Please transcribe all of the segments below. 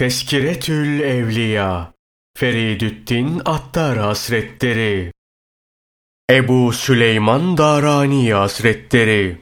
Tezkiretül Evliya Feridüddin Attar Hazretleri Ebu Süleyman Darani Hazretleri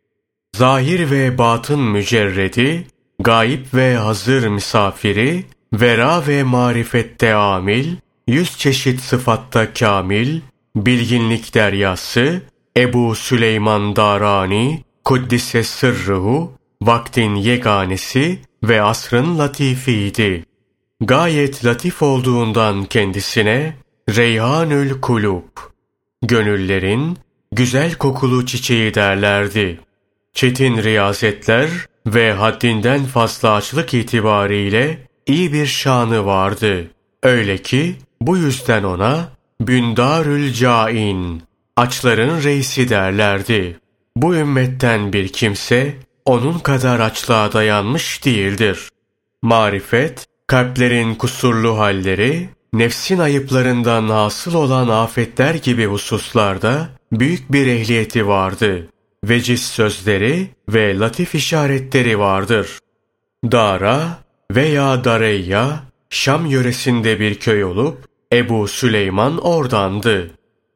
Zahir ve batın mücerredi, gayip ve hazır misafiri, vera ve marifette amil, 100 çeşit sıfatta kamil, bilginlik deryası, Ebu Süleyman Darani, Kuddise sırruhu, vaktin yeganesi ve asrın latifiydi. Gayet latif olduğundan kendisine Reyhanül Kulub, gönüllerin güzel kokulu çiçeği derlerdi. Çetin riyazetler ve haddinden fazla açlık itibariyle iyi bir şanı vardı. Öyle ki bu yüzden ona Bündarül Cain, açların reisi derlerdi. Bu ümmetten bir kimse onun kadar açlığa dayanmış değildir. Marifet, kalplerin kusurlu halleri, nefsin ayıplarından hasıl olan afetler gibi hususlarda büyük bir ehliyeti vardı. Veciz sözleri ve latif işaretleri vardır. Dara veya Dareyya, Şam yöresinde bir köy olup, Ebu Süleyman oradandı.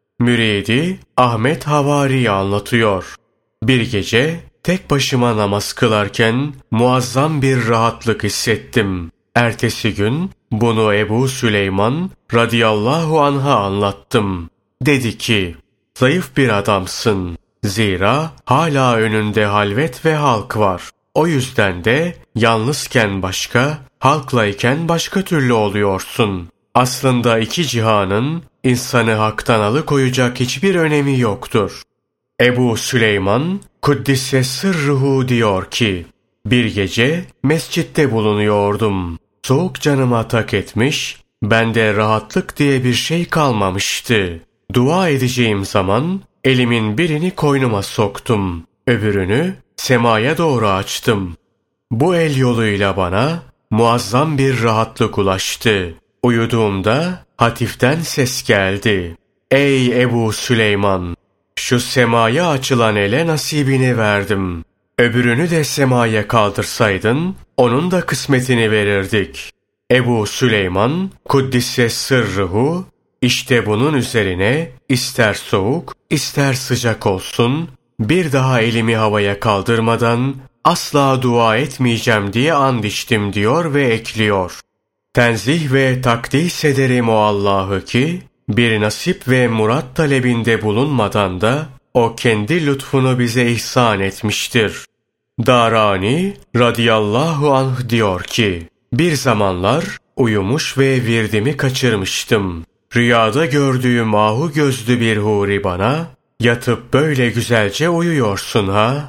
Müridi Ahmet Havari anlatıyor. Bir gece tek başıma namaz kılarken muazzam bir rahatlık hissettim. Ertesi gün bunu Ebu Süleyman radıyallahu anh'a anlattım. Dedi ki, zayıf bir adamsın. Zira hala önünde halvet ve halk var. O yüzden de yalnızken başka, halklayken başka türlü oluyorsun. Aslında iki cihanın insanı haktan alıkoyacak hiçbir önemi yoktur. Ebu Süleyman Kuddise sırruhu diyor ki, bir gece mescitte bulunuyordum. Soğuk canıma tak etmiş, bende rahatlık diye bir şey kalmamıştı. Dua edeceğim zaman elimin birini koynuma soktum, öbürünü semaya doğru açtım. Bu el yoluyla bana muazzam bir rahatlık ulaştı. Uyuduğumda hatiften ses geldi. Ey Ebu Süleyman! Şu semaya açılan ele nasibini verdim. Öbürünü de semaya kaldırsaydın, onun da kısmetini verirdik. Ebu Süleyman, Kuddise sırruhu, işte bunun üzerine ister soğuk, ister sıcak olsun, bir daha elimi havaya kaldırmadan asla dua etmeyeceğim diye and içtim diyor ve ekliyor. Tenzih ve takdis ederim o Allah'ı ki, bir nasip ve murat talebinde bulunmadan da o kendi lütfunu bize ihsan etmiştir. Darani radıyallahu anh diyor ki, bir zamanlar uyumuş ve virdimi kaçırmıştım. Rüyada gördüğüm ahu gözlü bir huri bana, yatıp böyle güzelce uyuyorsun ha?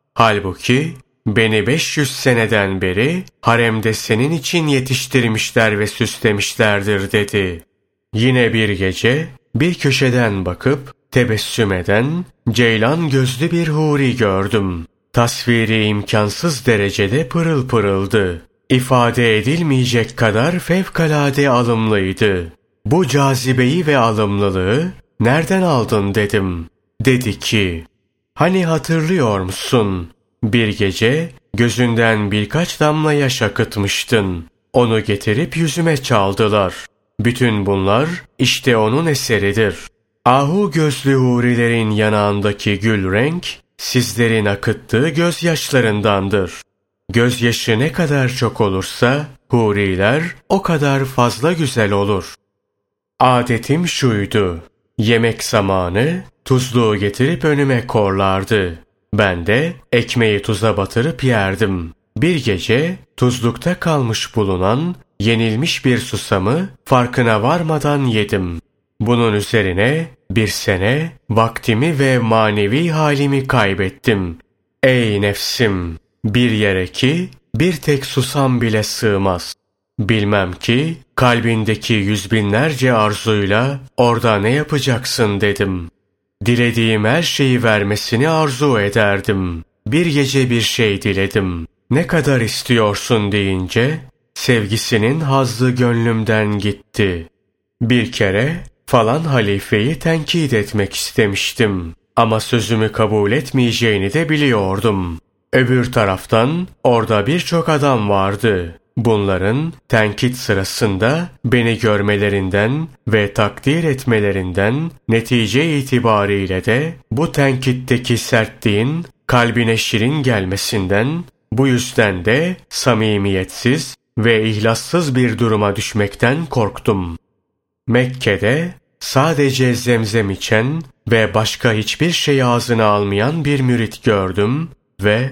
Halbuki beni 500 seneden beri haremde senin için yetiştirmişler ve süslemişlerdir dedi. Yine bir gece bir köşeden bakıp tebessüm eden ceylan gözlü bir huri gördüm. Tasviri imkansız derecede pırıl pırıldı. İfade edilmeyecek kadar fevkalade alımlıydı. Bu cazibeyi ve alımlılığı nereden aldın dedim. Dedi ki, hani hatırlıyor musun? Bir gece gözünden birkaç damla yaş akıtmıştın. Onu getirip yüzüme çaldılar. Bütün bunlar işte onun eseridir. Ahu gözlü hurilerin yanağındaki gül renk, sizlerin akıttığı gözyaşlarındandır. Gözyaşı ne kadar çok olursa, huriler o kadar fazla güzel olur. Adetim şuydu, yemek zamanı tuzluğu getirip önüme korlardı. Ben de ekmeği tuza batırıp yerdim. Bir gece tuzlukta kalmış bulunan yenilmiş bir susamı farkına varmadan yedim. Bunun üzerine bir sene vaktimi ve manevi halimi kaybettim. Ey nefsim! Bir yere ki bir tek susam bile sığmaz. Bilmem ki kalbindeki yüz binlerce arzuyla orada ne yapacaksın dedim. Dilediğim her şeyi vermesini arzu ederdim. Bir gece bir şey diledim. Ne kadar istiyorsun deyince sevgisinin hazzı gönlümden gitti. Bir kere falan halifeyi tenkit etmek istemiştim. Ama sözümü kabul etmeyeceğini de biliyordum. Öbür taraftan orada birçok adam vardı. Bunların tenkit sırasında beni görmelerinden ve takdir etmelerinden netice itibariyle de bu tenkitteki sertliğin kalbine şirin gelmesinden, bu yüzden de samimiyetsiz ve ihlassız bir duruma düşmekten korktum. Mekke'de sadece zemzem içen ve başka hiçbir şey ağzına almayan bir mürit gördüm ve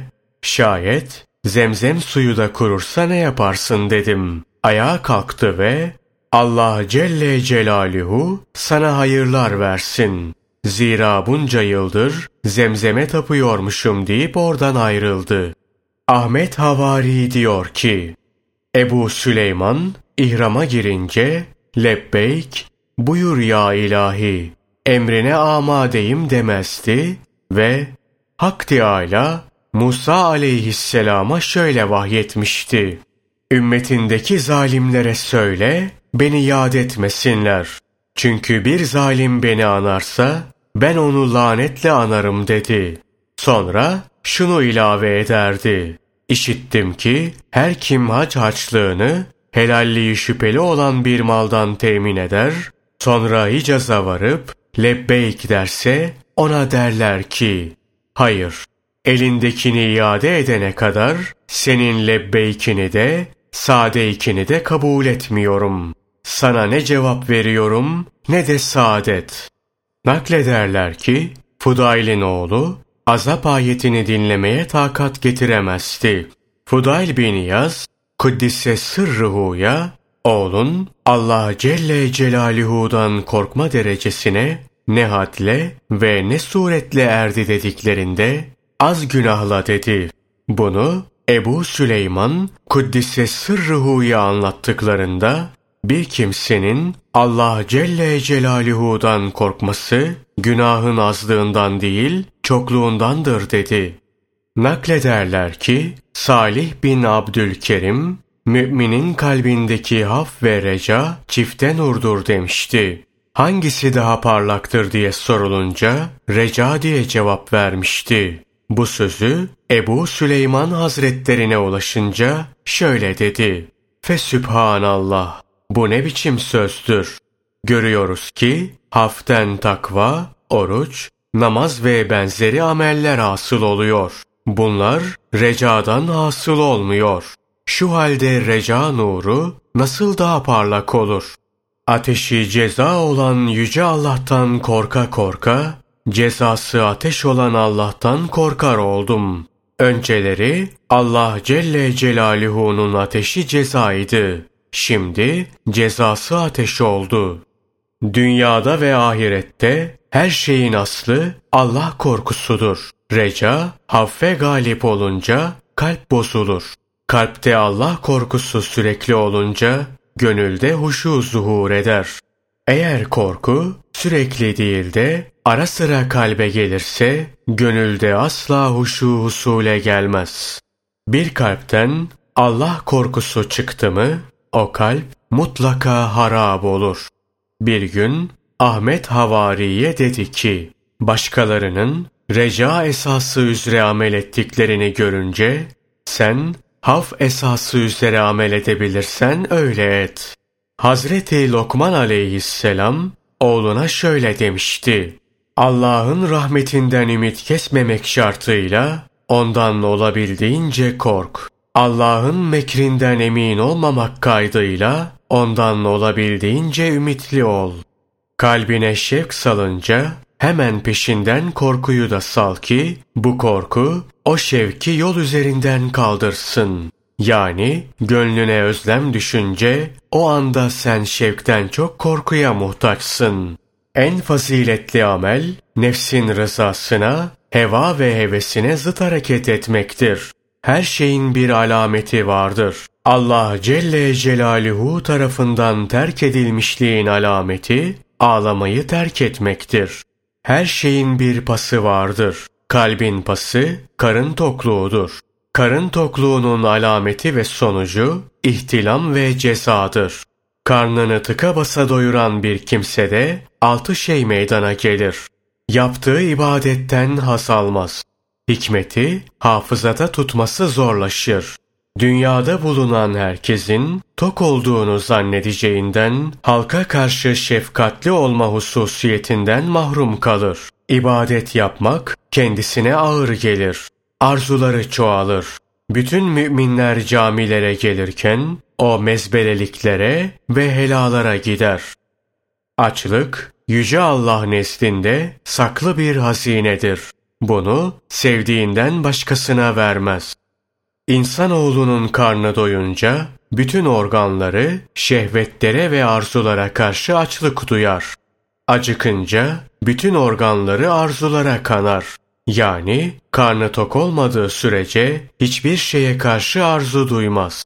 şayet zemzem suyu da kurursa ne yaparsın dedim. Ayağa kalktı ve Allah Celle Celaluhu sana hayırlar versin. Zira bunca yıldır zemzeme tapıyormuşum deyip oradan ayrıldı. Ahmet Havari diyor ki, Ebu Süleyman ihrama girince lebbeyk, buyur ya ilahi, emrine amadeyim demezdi ve Hak Teâlâ Musa aleyhisselama şöyle vahyetmişti. Ümmetindeki zalimlere söyle, beni yad etmesinler. Çünkü bir zalim beni anarsa, ben onu lanetle anarım dedi. Sonra şunu ilave ederdi. İşittim ki her kim hac harçlığını helalliği şüpheli olan bir maldan temin eder, sonra Hicaz'a varıp lebbeyk derse ona derler ki, hayır, elindekini iade edene kadar senin lebbeykini de sadeykini de kabul etmiyorum. Sana ne cevap veriyorum ne de saadet. Naklederler ki Fudail'in oğlu azap ayetini dinlemeye takat getiremezdi. Fudail bin İyaz Kuddise sırrıhu'ya oğlun Allah Celle Celaluhu'dan korkma derecesine ne hadle ve ne suretle erdi dediklerinde az günahla dedi. Bunu Ebu Süleyman Kuddise sırrıhu'ya anlattıklarında bir kimsenin Allah Celle Celaluhu'dan korkması günahın azlığından değil çokluğundandır dedi. Naklederler ki Salih bin Abdülkerim müminin kalbindeki haf ve reca çifte nurdur demişti. Hangisi daha parlaktır diye sorulunca reca diye cevap vermişti. Bu sözü Ebu Süleyman Hazretlerine ulaşınca şöyle dedi. Fesübhanallah, bu ne biçim sözdür? Görüyoruz ki haften takva, oruç, namaz ve benzeri ameller hasıl oluyor. Bunlar recadan hasıl olmuyor. Şu halde reca nuru nasıl daha parlak olur? Ateşi ceza olan yüce Allah'tan korka korka, cezası ateş olan Allah'tan korkar oldum. Önceleri Allah Celle Celaluhu'nun ateşi cezaydı. Şimdi cezası ateş oldu. Dünyada ve ahirette her şeyin aslı Allah korkusudur. Reca, haffe galip olunca kalp bozulur. Kalpte Allah korkusu sürekli olunca gönülde huşu zuhur eder. Eğer korku sürekli değil de ara sıra kalbe gelirse gönülde asla huşu husule gelmez. Bir kalpten Allah korkusu çıktı mı o kalp mutlaka harap olur. Bir gün Ahmet Havari'ye dedi ki, başkalarının reca esası üzere amel ettiklerini görünce sen haf esası üzere amel edebilirsen öyle et. Hazreti Lokman aleyhisselam oğluna şöyle demişti. Allah'ın rahmetinden ümit kesmemek şartıyla ondan olabildiğince kork. Allah'ın mekrinden emin olmamak kaydıyla ondan olabildiğince ümitli ol. Kalbine şevk salınca hemen peşinden korkuyu da sal ki bu korku o şevki yol üzerinden kaldırsın. Yani gönlüne özlem düşünce o anda sen şevkten çok korkuya muhtaçsın. En faziletli amel nefsin rızasına, heva ve hevesine zıt hareket etmektir. Her şeyin bir alameti vardır. Allah Celle Celaluhu tarafından terk edilmişliğin alameti ağlamayı terk etmektir. Her şeyin bir pası vardır. Kalbin pası karın tokluğudur. Karın tokluğunun alameti ve sonucu ihtilam ve cezadır. Karnını tıka basa doyuran bir kimsede 6 şey meydana gelir. Yaptığı ibadetten haz almaz. Hikmeti hafızada tutması zorlaşır. Dünyada bulunan herkesin tok olduğunu zannedeceğinden halka karşı şefkatli olma hususiyetinden mahrum kalır. İbadet yapmak kendisine ağır gelir. Arzuları çoğalır. Bütün müminler camilere gelirken o mezbeleliklere ve helalara gider. Açlık, Yüce Allah nezdinde saklı bir hazinedir. Bunu sevdiğinden başkasına vermez. İnsanoğlunun karnı doyunca bütün organları şehvetlere ve arzulara karşı açlık duyar. Acıkınca bütün organları arzulara kanar. Yani karnı tok olmadığı sürece hiçbir şeye karşı arzu duymaz.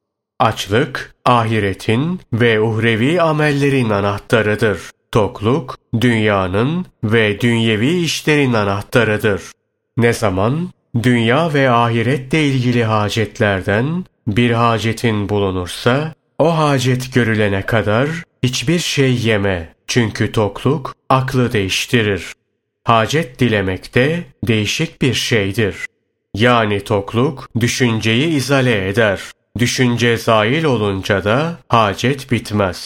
Açlık, ahiretin ve uhrevi amellerin anahtarıdır. Tokluk, dünyanın ve dünyevi işlerin anahtarıdır. Ne zaman dünya ve ahiretle ilgili hacetlerden bir hacetin bulunursa, o hacet görülene kadar hiçbir şey yeme. Çünkü tokluk aklı değiştirir. Hacet dilemek de değişik bir şeydir. Yani tokluk düşünceyi izale eder. Düşünce zail olunca da hacet bitmez.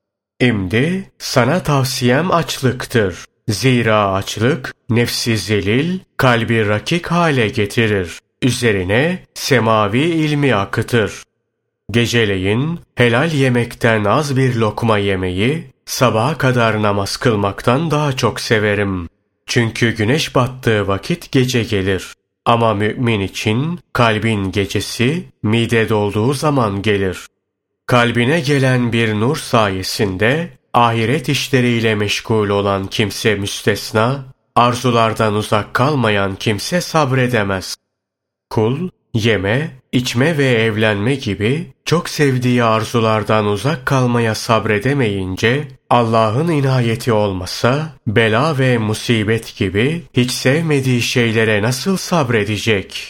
Şimdi sana tavsiyem açlıktır. Zira açlık nefsi zelil, kalbi rakik hale getirir. Üzerine semavi ilmi akıtır. Geceleyin helal yemekten az bir lokma yemeyi sabaha kadar namaz kılmaktan daha çok severim. Çünkü güneş battığı vakit gece gelir. Ama mümin için kalbin gecesi mide dolduğu zaman gelir. Kalbine gelen bir nur sayesinde ahiret işleriyle meşgul olan kimse müstesna, arzulardan uzak kalmayan kimse sabredemez. Kul, yeme, içme ve evlenme gibi çok sevdiği arzulardan uzak kalmaya sabredemeyince, Allah'ın inayeti olmasa, bela ve musibet gibi hiç sevmediği şeylere nasıl sabredecek?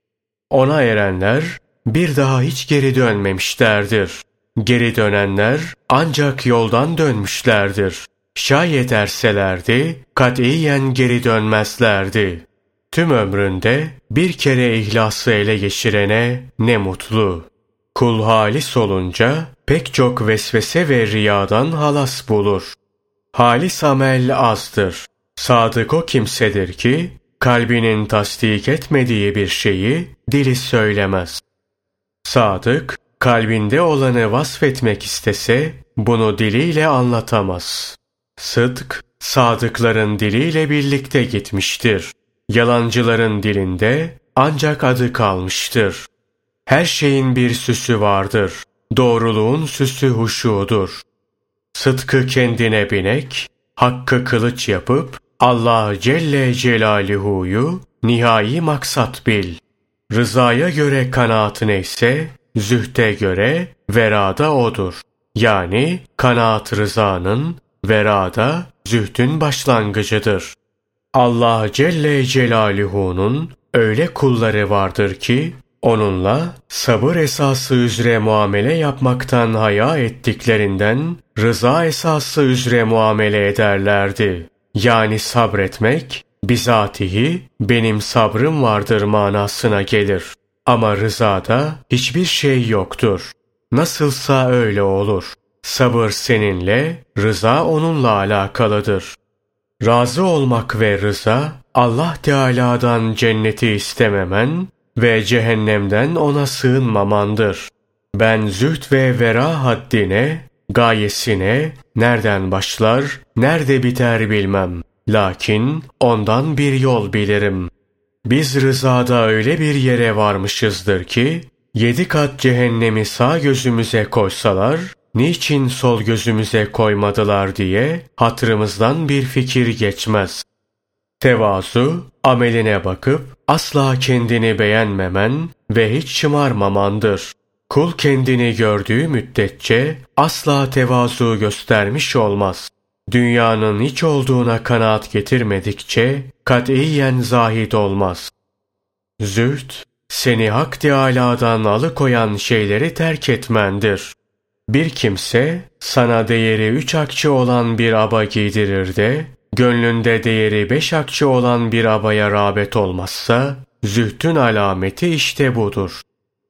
Ona erenler bir daha hiç geri dönmemişlerdir. Geri dönenler ancak yoldan dönmüşlerdir. Şayet erselerdi, katiyen geri dönmezlerdi. Tüm ömründe bir kere ihlası ele geçirene ne mutlu. Kul halis olunca pek çok vesvese ve riyadan halas bulur. Halis amel azdır. Sadık o kimsedir ki kalbinin tasdik etmediği bir şeyi dili söylemez. Sadık, kalbinde olanı vasfetmek istese bunu diliyle anlatamaz. Sıdk, sadıkların diliyle birlikte gitmiştir. Yalancıların dilinde ancak adı kalmıştır. Her şeyin bir süsü vardır. Doğruluğun süsü huşudur. Sıdkı kendine binek, hakkı kılıç yapıp Allah Celle Celaluhu'yu nihai maksat bil. Rızaya göre kanaat neyse, zühte göre verada odur. Yani kanaat rızanın, verada zühdün başlangıcıdır. Allah Celle Celaluhu'nun öyle kulları vardır ki, onunla sabır esası üzere muamele yapmaktan haya ettiklerinden, rıza esası üzere muamele ederlerdi. Yani sabretmek, bizatihi benim sabrım vardır manasına gelir. Ama rızada hiçbir şey yoktur. Nasılsa öyle olur. Sabır seninle, rıza onunla alakalıdır. Razı olmak ve rıza, Allah Teala'dan cenneti istememen ve cehennemden ona sığınmamandır. Ben zühd ve vera haddine, gayesine, nereden başlar, nerede biter bilmem. Lakin ondan bir yol bilirim. Biz rızada öyle bir yere varmışızdır ki, 7 kat cehennemi sağ gözümüze koysalar, niçin sol gözümüze koymadılar diye hatırımızdan bir fikir geçmez. Tevazu, ameline bakıp asla kendini beğenmemen ve hiç şımarmamandır. Kul kendini gördüğü müddetçe asla tevazu göstermiş olmaz. Dünyanın hiç olduğuna kanaat getirmedikçe katiyen zahid olmaz. Zühd, seni Hak Teâlâ'dan alıkoyan şeyleri terk etmendir. Bir kimse sana değeri 3 akçe olan bir aba giydirir de, gönlünde değeri 5 akçe olan bir abaya rağbet olmazsa, zühdün alameti işte budur.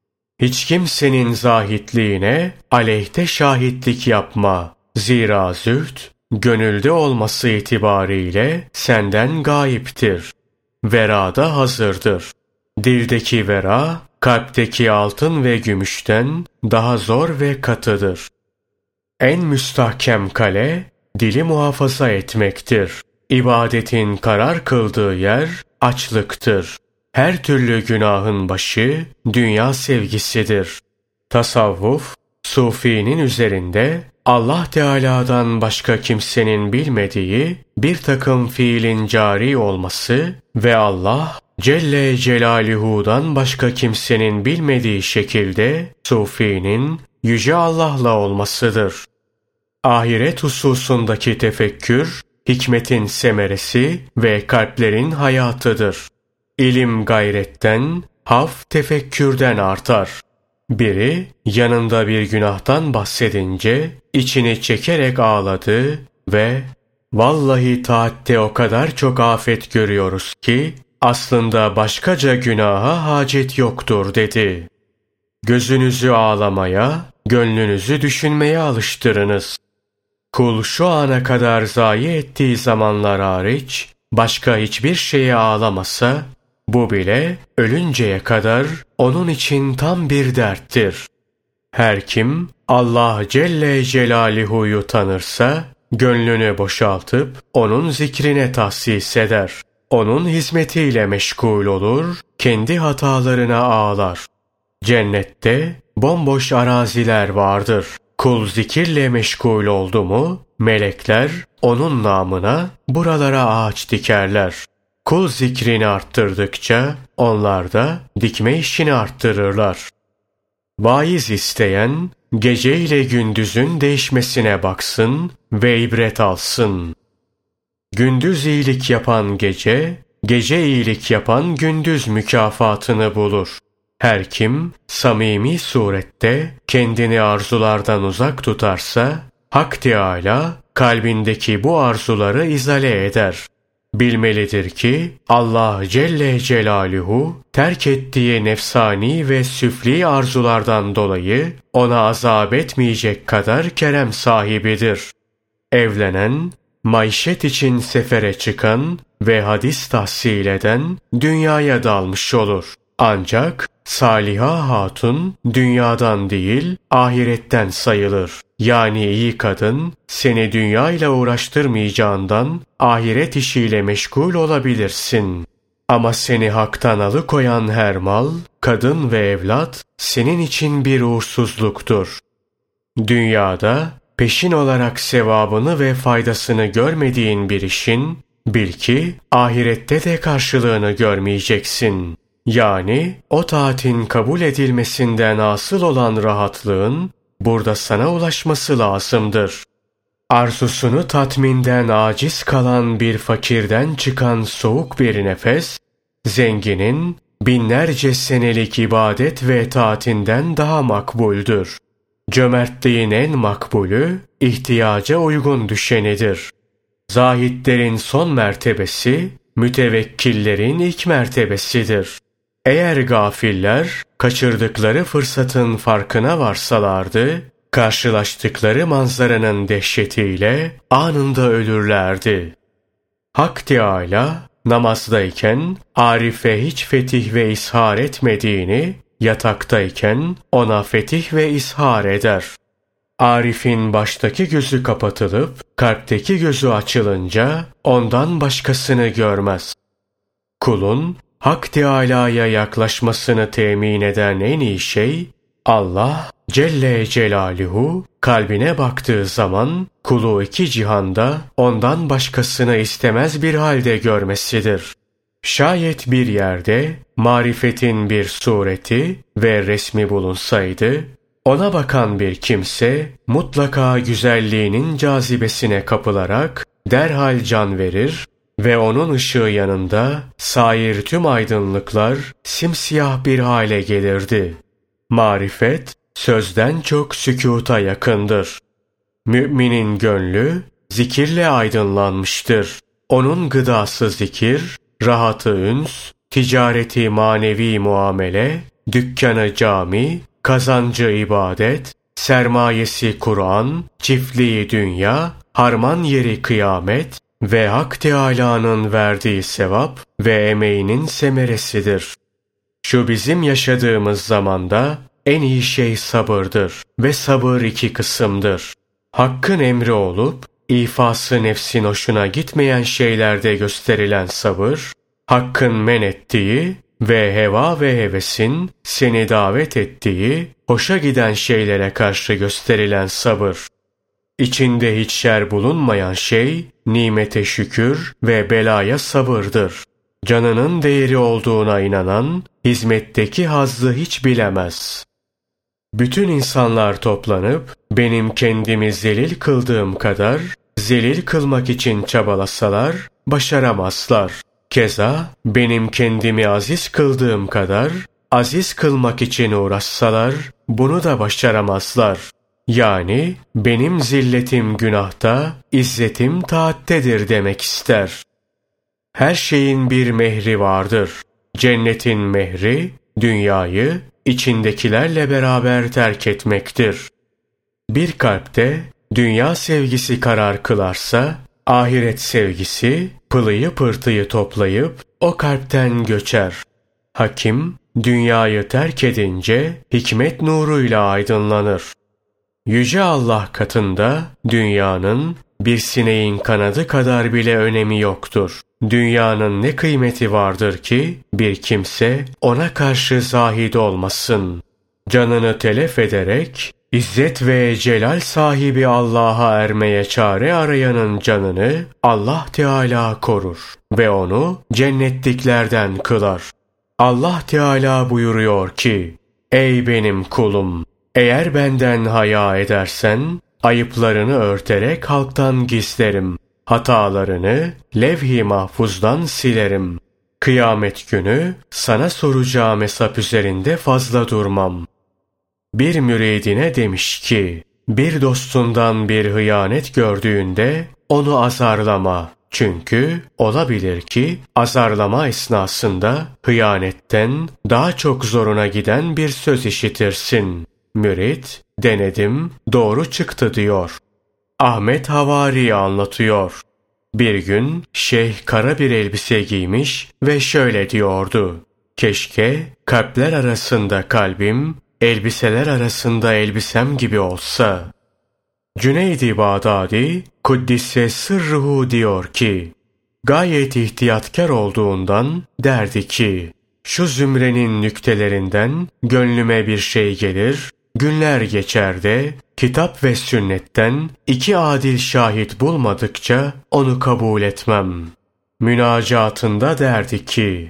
Hiç kimsenin zahitliğine aleyhte şahitlik yapma. Zira zühd, gönülde olması itibariyle senden gayiptir. Vera da hazırdır. Dildeki vera, kalpteki altın ve gümüşten daha zor ve katıdır. En müstahkem kale, dili muhafaza etmektir. İbadetin karar kıldığı yer, açlıktır. Her türlü günahın başı, dünya sevgisidir. Tasavvuf, Sufi'nin üzerinde, Allah Teala'dan başka kimsenin bilmediği bir takım fiilin cari olması ve Allah Celle Celaluhu'dan başka kimsenin bilmediği şekilde Sufi'nin Yüce Allah'la olmasıdır. Ahiret hususundaki tefekkür, hikmetin semeresi ve kalplerin hayatıdır. İlim gayretten, haf tefekkürden artar. Biri yanında bir günahtan bahsedince içini çekerek ağladı ve "Vallahi taatte o kadar çok afet görüyoruz ki aslında başkaca günaha hacet yoktur" dedi. Gözünüzü ağlamaya, gönlünüzü düşünmeye alıştırınız. Kul şu ana kadar zayi ettiği zamanlar hariç başka hiçbir şeye ağlamasa, bu bile ölünceye kadar onun için tam bir derttir. Her kim Allah Celle Celaluhu'yu tanırsa, gönlünü boşaltıp onun zikrine tahsis eder. Onun hizmetiyle meşgul olur, kendi hatalarına ağlar. Cennette bomboş araziler vardır. Kul zikirle meşgul oldu mu, melekler onun namına buralara ağaç dikerler. Kul zikrini arttırdıkça onlar da dikme işini arttırırlar. Vaiz isteyen gece ile gündüzün değişmesine baksın ve ibret alsın. Gündüz iyilik yapan gece, gece iyilik yapan gündüz mükafatını bulur. Her kim samimi surette kendini arzulardan uzak tutarsa, Hak Teâlâ kalbindeki bu arzuları izale eder. Bilmelidir ki Allah Celle Celaluhu terk ettiği nefsani ve süfli arzulardan dolayı ona azap etmeyecek kadar kerem sahibidir. Evlenen, maişet için sefere çıkan ve hadis tahsil eden dünyaya dalmış olur. Ancak Saliha Hatun dünyadan değil ahiretten sayılır. Yani iyi kadın seni dünyayla uğraştırmayacağından ahiret işiyle meşgul olabilirsin. Ama seni haktan alıkoyan her mal, kadın ve evlat senin için bir uğursuzluktur. Dünyada peşin olarak sevabını ve faydasını görmediğin bir işin, bil ki ahirette de karşılığını görmeyeceksin. Yani o taatin kabul edilmesinden asıl olan rahatlığın burada sana ulaşması lazımdır. Arzusunu tatminden aciz kalan bir fakirden çıkan soğuk bir nefes, zenginin binlerce senelik ibadet ve taatinden daha makbuldür. Cömertliğin en makbulü, ihtiyaca uygun düşenidir. Zahitlerin son mertebesi, mütevekkillerin ilk mertebesidir. Eğer gafiller kaçırdıkları fırsatın farkına varsalardı, karşılaştıkları manzaranın dehşetiyle anında ölürlerdi. Hak Teâlâ namazdayken Arif'e hiç fetih ve ishar etmediğini, yataktayken ona fetih ve ishar eder. Arif'in baştaki gözü kapatılıp kalpteki gözü açılınca ondan başkasını görmez. Kulun Hak Teâlâ'ya yaklaşmasını temin eden en iyi şey, Allah Celle Celaluhu kalbine baktığı zaman kulu iki cihanda ondan başkasını istemez bir halde görmesidir. Şayet bir yerde marifetin bir sureti ve resmi bulunsaydı, ona bakan bir kimse mutlaka güzelliğinin cazibesine kapılarak derhal can verir ve onun ışığı yanında sair tüm aydınlıklar simsiyah bir hale gelirdi. Marifet sözden çok sükuta yakındır. Müminin gönlü zikirle aydınlanmıştır. Onun gıdası zikir, rahatı üns, ticareti manevi muamele, dükkanı cami, kazancı ibadet, sermayesi Kur'an, çiftliği dünya, harman yeri kıyamet ve Hak Teâlâ'nın verdiği sevap ve emeğinin semeresidir. Şu bizim yaşadığımız zamanda en iyi şey sabırdır ve sabır iki kısımdır. Hakkın emri olup, ifası nefsin hoşuna gitmeyen şeylerde gösterilen sabır, Hakkın men ettiği ve heva ve hevesin seni davet ettiği, hoşa giden şeylere karşı gösterilen sabır. İçinde hiç şer bulunmayan şey, nimete şükür ve belaya sabırdır. Canının değeri olduğuna inanan, hizmetteki hazzı hiç bilemez. Bütün insanlar toplanıp, benim kendimi zelil kıldığım kadar, zelil kılmak için çabalasalar, başaramazlar. Keza, benim kendimi aziz kıldığım kadar, aziz kılmak için uğraşsalar, bunu da başaramazlar. Yani, benim zilletim günahta, izzetim taattedir demek ister. Her şeyin bir mehri vardır. Cennetin mehri, dünyayı içindekilerle beraber terk etmektir. Bir kalpte dünya sevgisi karar kılarsa, ahiret sevgisi pılıyı pırtıyı toplayıp o kalpten göçer. Hakim, dünyayı terk edince hikmet nuruyla aydınlanır. Yüce Allah katında dünyanın bir sineğin kanadı kadar bile önemi yoktur. Dünyanın ne kıymeti vardır ki bir kimse ona karşı zahid olmasın. Canını telef ederek İzzet ve celal sahibi Allah'a ermeye çare arayanın canını Allah Teala korur ve onu cennetliklerden kılar. Allah Teala buyuruyor ki, ey benim kulum, eğer benden haya edersen, ayıplarını örterek halktan gizlerim. Hatalarını levh-i mahfuzdan silerim. Kıyamet günü sana soracağım hesap üzerinde fazla durmam. Bir müridine demiş ki, bir dostundan bir hıyanet gördüğünde onu azarlama. Çünkü olabilir ki azarlama esnasında hıyanetten daha çok zoruna giden bir söz işitirsin. Mürid, denedim, doğru çıktı diyor. Ahmet Havari anlatıyor. Bir gün şeyh kara bir elbise giymiş ve şöyle diyordu. Keşke kalpler arasında kalbim, elbiseler arasında elbisem gibi olsa. Cüneyd-i Bağdadi, Kuddisse Sırruhu diyor ki, gayet ihtiyatkar olduğundan derdi ki, şu zümrenin nüktelerinden gönlüme bir şey gelir, günler geçer de, kitap ve sünnetten iki adil şahit bulmadıkça onu kabul etmem. Münacatında derdi ki,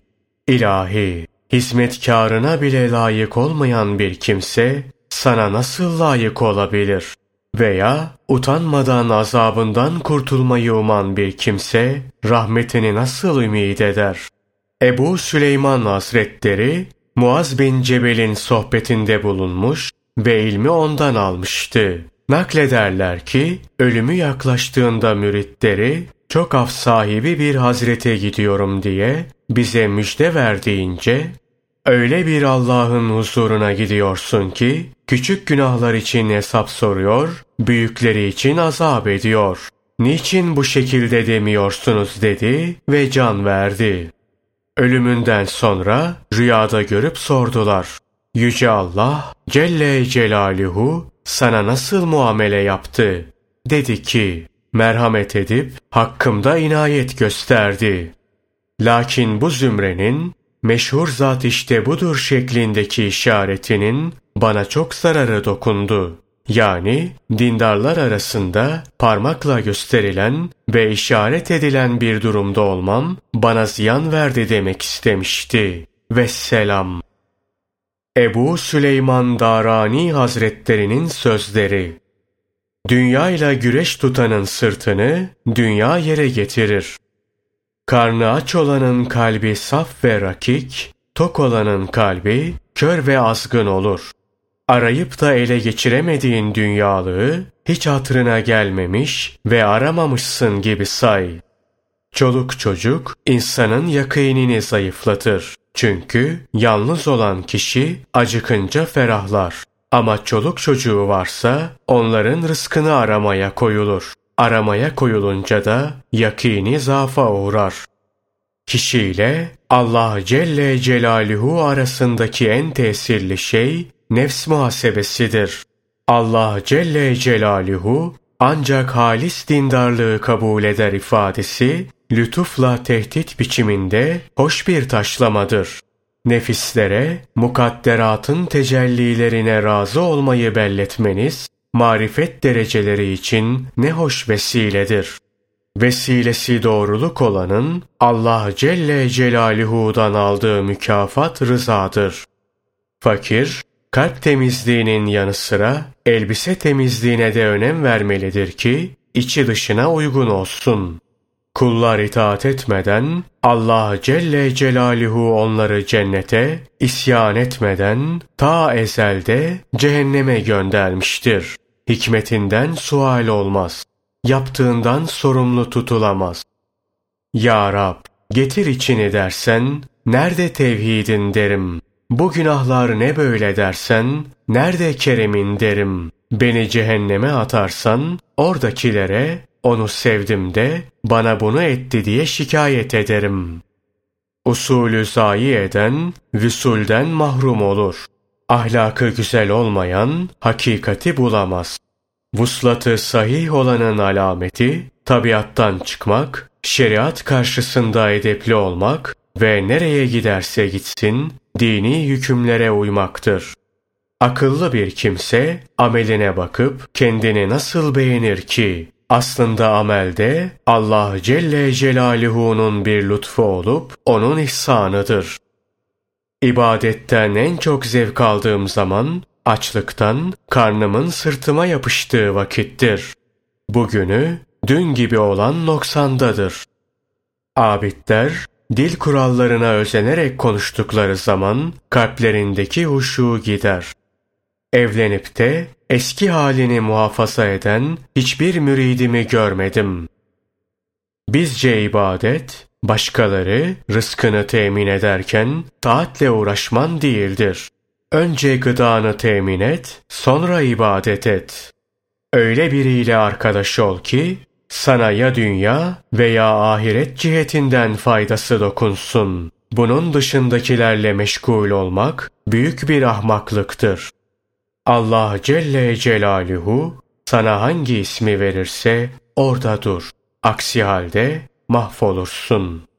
İlahi, hizmetkarına bile layık olmayan bir kimse, sana nasıl layık olabilir? Veya utanmadan azabından kurtulmayı uman bir kimse, rahmetini nasıl ümid eder? Ebu Süleyman Hazretleri, Muaz bin Cebel'in sohbetinde bulunmuş ve ilmi ondan almıştı. Naklederler ki, ölümü yaklaştığında müritleri, çok af sahibi bir hazrete gidiyorum diye bize müjde verdiğince, öyle bir Allah'ın huzuruna gidiyorsun ki, küçük günahlar için hesap soruyor, büyükleri için azap ediyor. Niçin bu şekilde demiyorsunuz dedi ve can verdi. Ölümünden sonra rüyada görüp sordular. Yüce Allah Celle Celaluhu sana nasıl muamele yaptı? Dedi ki, merhamet edip hakkımda inayet gösterdi. Lakin bu zümrenin meşhur zat işte budur şeklindeki işaretinin bana çok zararı dokundu. Yani dindarlar arasında parmakla gösterilen ve işaret edilen bir durumda olmam bana ziyan verdi demek istemişti. Vesselam. Ebu Süleyman Darani Hazretlerinin sözleri. Dünyayla güreş tutanın sırtını dünya yere getirir. Karnı aç olanın kalbi saf ve rakik, tok olanın kalbi kör ve azgın olur. Arayıp da ele geçiremediğin dünyalığı hiç hatırına gelmemiş ve aramamışsın gibi say. Çoluk çocuk insanın yakînini zayıflatır. Çünkü yalnız olan kişi acıkınca ferahlar. Ama çoluk çocuğu varsa onların rızkını aramaya koyulur. Aramaya koyulunca da yakini zaafa uğrar. Kişiyle Allah Celle Celaluhu arasındaki en tesirli şey nefs muhasebesidir. Allah Celle Celaluhu ancak halis dindarlığı kabul eder ifadesi, lütufla tehdit biçiminde hoş bir taşlamadır. Nefislere, mukadderatın tecellilerine razı olmayı belletmeniz, marifet dereceleri için ne hoş vesiledir. Vesilesi doğruluk olanın Allah Celle Celaluhu'dan aldığı mükafat rızadır. Fakir, kalp temizliğinin yanı sıra elbise temizliğine de önem vermelidir ki içi dışına uygun olsun. Kullar itaat etmeden Allah Celle Celaluhu onları cennete, isyan etmeden ta ezelde cehenneme göndermiştir. Hikmetinden sual olmaz. Yaptığından sorumlu tutulamaz. Ya Rab, getir içini dersen, nerede tevhidin derim. Bu günahlar ne böyle dersen, nerede keremin derim. Beni cehenneme atarsan, oradakilere, onu sevdim de, bana bunu etti diye şikayet ederim. Usulü zayi eden, vüsulden mahrum olur. Ahlakı güzel olmayan, hakikati bulamaz. Vuslatı sahih olanın alameti, tabiattan çıkmak, şeriat karşısında edepli olmak ve nereye giderse gitsin, dini hükümlere uymaktır. Akıllı bir kimse, ameline bakıp kendini nasıl beğenir ki? Aslında amelde Allah Celle Celaluhu'nun bir lütfu olup onun ihsanıdır. İbadetten en çok zevk aldığım zaman, açlıktan karnımın sırtıma yapıştığı vakittir. Bugünü dün gibi olan noksandadır. Abidler, dil kurallarına özenerek konuştukları zaman kalplerindeki huşu gider. Evlenip de eski halini muhafaza eden hiçbir müridimi görmedim. Bizce ibadet, başkaları rızkını temin ederken taatle uğraşman değildir. Önce gıdanı temin et, sonra ibadet et. Öyle biriyle arkadaş ol ki, sana ya dünya veya ahiret cihetinden faydası dokunsun. Bunun dışındakilerle meşgul olmak büyük bir ahmaklıktır. Allah Celle Celaluhu sana hangi ismi verirse orada dur. Aksi halde mahvolursun.